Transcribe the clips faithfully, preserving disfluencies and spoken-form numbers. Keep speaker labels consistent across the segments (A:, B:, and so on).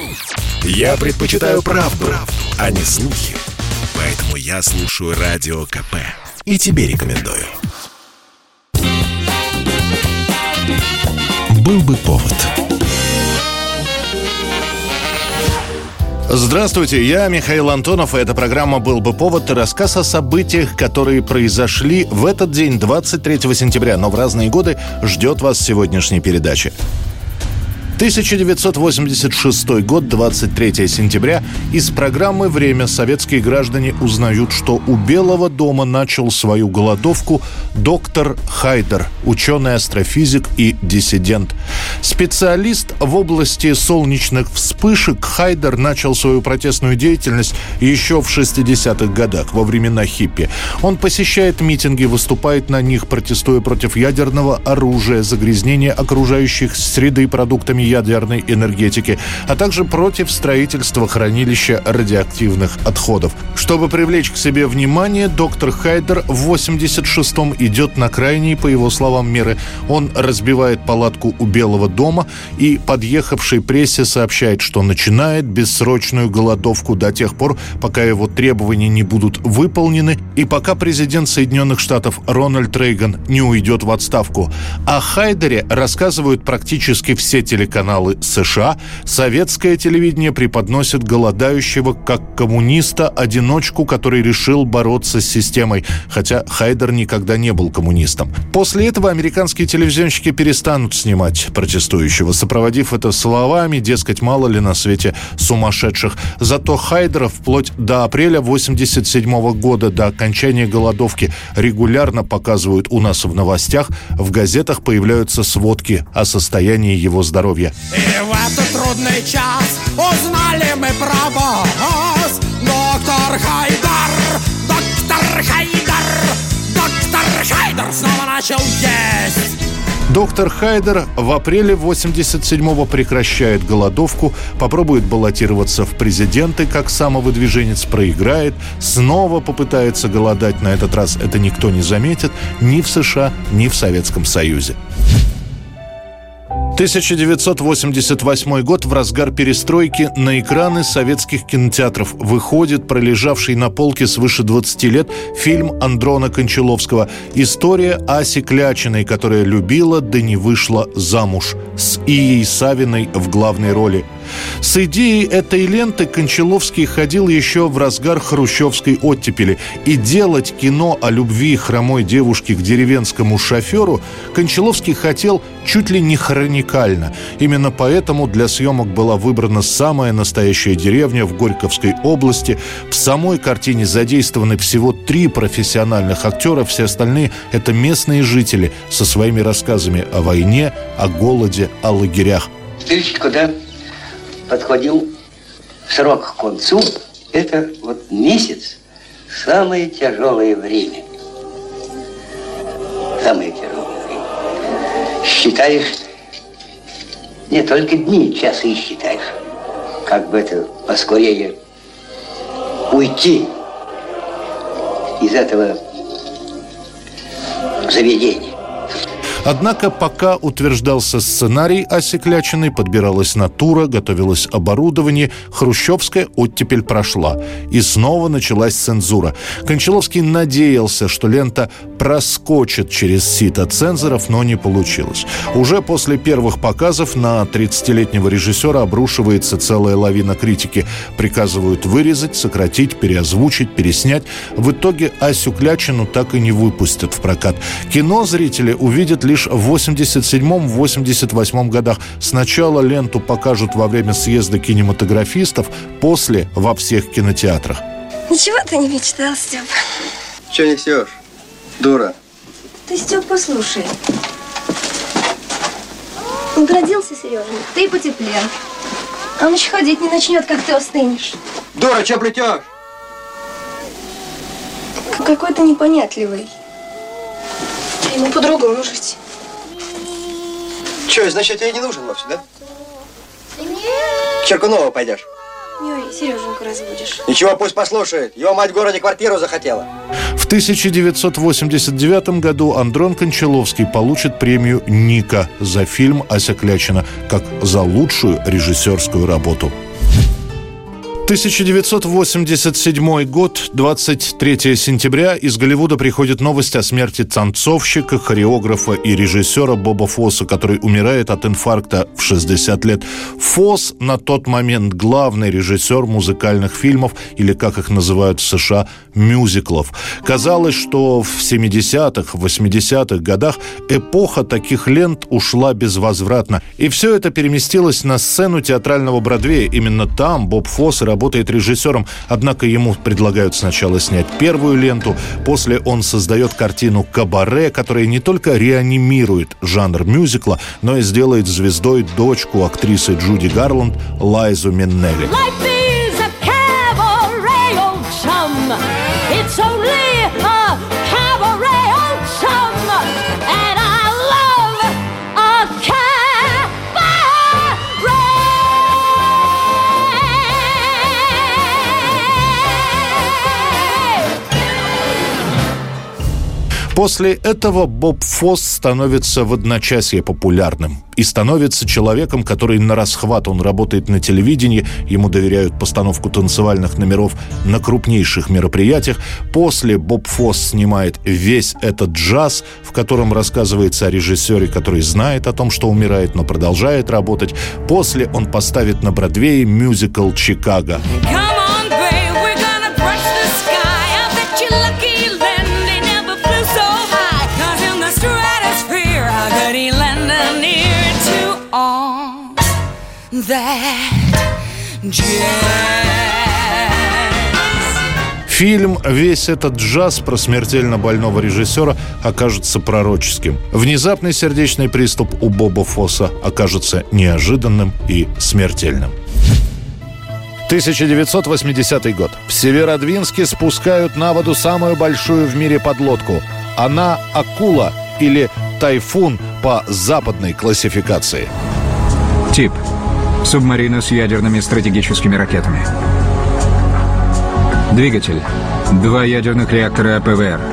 A: Я предпочитаю правду, правду, а не слухи. Поэтому я слушаю Радио КП. И тебе рекомендую. Был бы повод.
B: Здравствуйте, я Михаил Антонов, и эта программа «Был бы повод» и рассказ о событиях, которые произошли в этот день, двадцать третьего сентября, но в разные годы ждет вас сегодняшняя передача. тысяча девятьсот восемьдесят шестой год, двадцать третьего сентября. Из программы «Время» советские граждане узнают, что у Белого дома начал свою голодовку доктор Хайдер, ученый-астрофизик и диссидент. Специалист в области солнечных вспышек, Хайдер начал свою протестную деятельность еще в шестидесятых годах, во времена хиппи. Он посещает митинги, выступает на них, протестуя против ядерного оружия, загрязнения окружающих среды продуктами ядерной энергетики, а также против строительства хранилища радиоактивных отходов. Чтобы привлечь к себе внимание, доктор Хайдер в восемьдесят шестом идет на крайние, по его словам, меры. Он разбивает палатку у Белого дома и подъехавшей прессе сообщает, что начинает бессрочную голодовку до тех пор, пока его требования не будут выполнены и пока президент Соединенных Штатов Рональд Рейган не уйдет в отставку. О Хайдере рассказывают практически все телеканалы каналы США. Советское телевидение преподносит голодающего как коммуниста-одиночку, который решил бороться с системой, хотя Хайдер никогда не был коммунистом. После этого американские телевизионщики перестанут снимать протестующего, сопроводив это словами, дескать, мало ли на свете сумасшедших. Зато Хайдера вплоть до апреля восемьдесят седьмого года, до окончания голодовки, регулярно показывают у нас в новостях, в газетах появляются сводки о состоянии его здоровья.
C: И в этот трудный час узнали мы про вас. Доктор Хайдер, доктор Хайдер, доктор Хайдер снова начал есть.
B: Доктор Хайдер в апреле восемьдесят седьмого прекращает голодовку, попробует баллотироваться в президенты как самовыдвиженец, проиграет, снова попытается голодать. На этот раз это никто не заметит ни в США, ни в Советском Союзе. тысяча девятьсот восемьдесят восьмой год. В разгар перестройки на экраны советских кинотеатров выходит пролежавший на полке свыше двадцати лет фильм Андрона Кончаловского «История Аси Клячиной, которая любила, да не вышла замуж», с Ией Савиной в главной роли. С идеей этой ленты Кончаловский ходил еще в разгар хрущевской оттепели, и делать кино о любви хромой девушки к деревенскому шоферу Кончаловский хотел чуть ли не хроникально. Именно поэтому для съемок была выбрана самая настоящая деревня в Горьковской области. В самой картине задействованы всего три профессиональных актера, все остальные – это местные жители со своими рассказами о войне, о голоде, о лагерях.
D: Смотрите, куда подходил срок к концу, это вот месяц, самое тяжелое время. Самое тяжелое время. Считаешь не только дни, часы считаешь, как бы это поскорее уйти из этого заведения.
B: Однако пока утверждался сценарий Аси Клячиной, подбиралась натура, готовилось оборудование, хрущевская оттепель прошла. И снова началась цензура. Кончаловский надеялся, что лента проскочит через сито цензоров, но не получилось. Уже после первых показов на тридцатилетнего режиссера обрушивается целая лавина критики. Приказывают вырезать, сократить, переозвучить, переснять. В итоге Асю Клячину так и не выпустят в прокат. Кино зрители увидят лишь в восемьдесят седьмом — восемьдесят восьмом годах. Сначала ленту покажут во время съезда кинематографистов, после во всех кинотеатрах.
E: Ничего ты не мечтал, Степ?
F: Че несешь, дура?
E: Ты, Степ, послушай. Вот родился Сережа, ты и потеплел. А он еще ходить не начнет, как ты остынешь.
F: Дура, че плетешь?
E: Какой-то непонятливый. Ему по-другому жить.
F: Че, значит, я тебе не нужен вовсе, да? К Черкунову пойдешь?
E: Ой, Сереженьку разбудишь.
F: Ничего, пусть послушает. Его мать в городе квартиру захотела.
B: В тысяча девятьсот восемьдесят девятом году Андрон Кончаловский получит премию «Ника» за фильм «Ася Клячина» как за лучшую режиссерскую работу. тысяча девятьсот восемьдесят седьмой год, двадцать третьего сентября, из Голливуда приходит новость о смерти танцовщика, хореографа и режиссера Боба Фосса, который умирает от инфаркта в шестьдесят лет. Фосс на тот момент главный режиссер музыкальных фильмов, или, как их называют в США, мюзиклов. Казалось, что в семидесятых, восьмидесятых годах эпоха таких лент ушла безвозвратно. И все это переместилось на сцену театрального Бродвея. Именно там Боб Фосс работает режиссером, однако ему предлагают сначала снять первую ленту, после он создает картину «Кабаре», которая не только реанимирует жанр мюзикла, но и сделает звездой дочку актрисы Джуди Гарланд Лайзу Миннелли. После этого Боб Фосс становится в одночасье популярным и становится человеком, который на расхват. Он работает на телевидении, ему доверяют постановку танцевальных номеров на крупнейших мероприятиях. После Боб Фосс снимает весь этот джаз, в котором рассказывается о режиссере, который знает о том, что умирает, но продолжает работать. После он поставит на Бродвее мюзикл «Чикаго». Фильм «Весь этот джаз» про смертельно больного режиссера окажется пророческим. Внезапный сердечный приступ у Боба Фосса окажется неожиданным и смертельным. тысяча девятьсот восьмидесятый год. В Северодвинске спускают на воду самую большую в мире подлодку. Она «Акула» или «Тайфун» по западной классификации.
G: Тип. Субмарина с ядерными стратегическими ракетами. Двигатель. Два ядерных реактора А П В Р.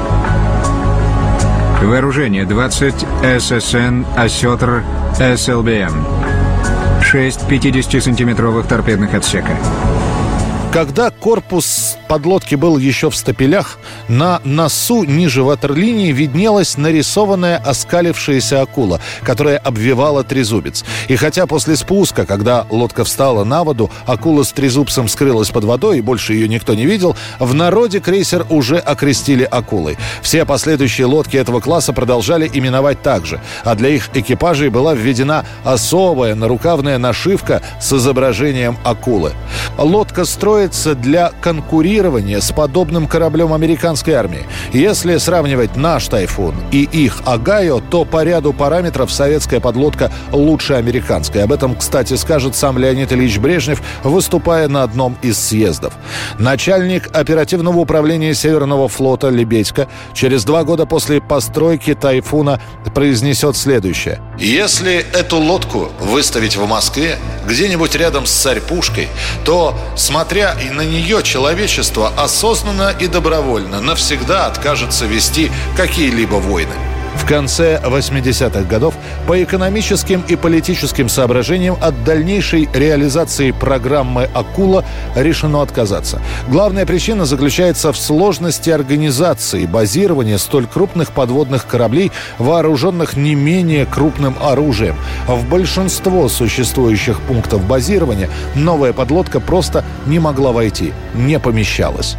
G: Вооружение. двадцать эс эс эн «Осетр» эс эл бэ эм. Шесть пятидесятисантиметровых торпедных отсека.
B: Когда корпус подлодки был еще в стапелях, на носу ниже ватерлинии виднелась нарисованная оскалившаяся акула, которая обвивала трезубец. И хотя после спуска, когда лодка встала на воду, акула с трезубцем скрылась под водой и больше ее никто не видел, в народе крейсер уже окрестили акулой. Все последующие лодки этого класса продолжали именовать так же, а для их экипажей была введена особая нарукавная нашивка с изображением акулы. Лодка строится для конкурирования с подобным кораблем американской армии. Если сравнивать наш «Тайфун» и их «Огайо», то по ряду параметров советская подлодка лучше американской. Об этом, кстати, скажет сам Леонид Ильич Брежнев, выступая на одном из съездов. Начальник оперативного управления Северного флота Лебедько через два года после постройки «Тайфуна» произнесет следующее. «Если эту лодку выставить в Москве, где-нибудь рядом с Царь-Пушкой, то, смотря и на нее, человечество осознанно и добровольно навсегда откажется вести какие-либо войны». В конце восьмидесятых годов по экономическим и политическим соображениям от дальнейшей реализации программы «Акула» решено отказаться. Главная причина заключается в сложности организации базирования столь крупных подводных кораблей, вооруженных не менее крупным оружием. В большинство существующих пунктов базирования новая подлодка просто не могла войти, не помещалась.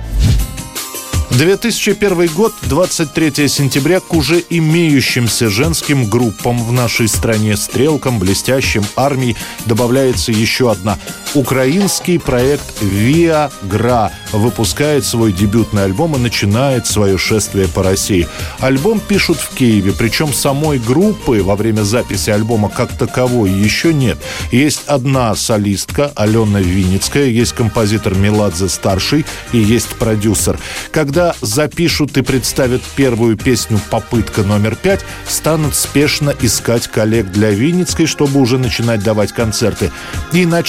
B: две тысячи первый год, двадцать третьего сентября, к уже имеющимся женским группам в нашей стране, «Стрелкам», «Блестящим», «Армии» добавляется еще одна. Украинский проект «Виагра» выпускает свой дебютный альбом и начинает свое шествие по России. Альбом пишут в Киеве, причем самой группы во время записи альбома как таковой еще нет. Есть одна солистка, Алена Винницкая, есть композитор Меладзе-старший и есть продюсер. Когда запишут и представят первую песню «Попытка номер пять», станут спешно искать коллег для Винницкой, чтобы уже начинать давать концерты. И начнется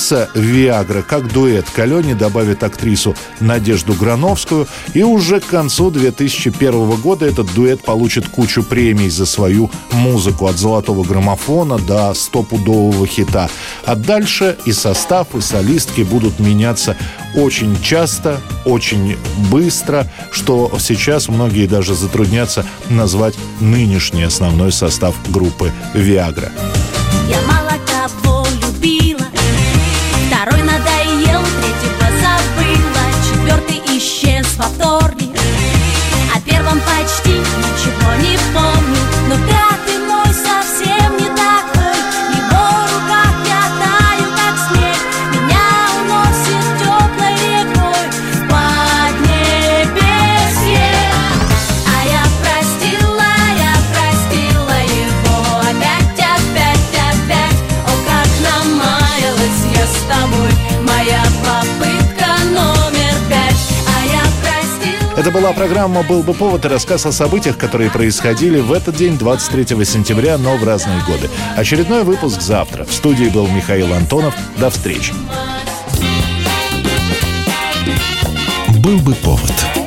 B: вернется в «Виагра» как дуэт к Алене, добавит актрису Надежду Грановскую. И уже к концу две тысячи первого года этот дуэт получит кучу премий за свою музыку. От «Золотого граммофона» до стопудового хита. А дальше и состав, и солистки будут меняться очень часто, очень быстро, что сейчас многие даже затруднятся назвать нынешний основной состав группы «Виагра».
H: Я мало кого любила, второй надоел, третьего забыла, четвертый исчез во вторник, о первом почти ничего не помню, но пятый мой совсем не такой, в его руках я таю, как снег, меня уносит теплой рекой в поднебесье. А я простила, я простила его опять, опять, опять. О, как намаялась я с тобой, моя попытка номер пять. А я простила.
B: Это была программа «Был бы повод» и рассказ о событиях, которые происходили в этот день, двадцать третьего сентября, но в разные годы. Очередной выпуск завтра. В студии был Михаил Антонов. До встречи.
A: «Был бы повод».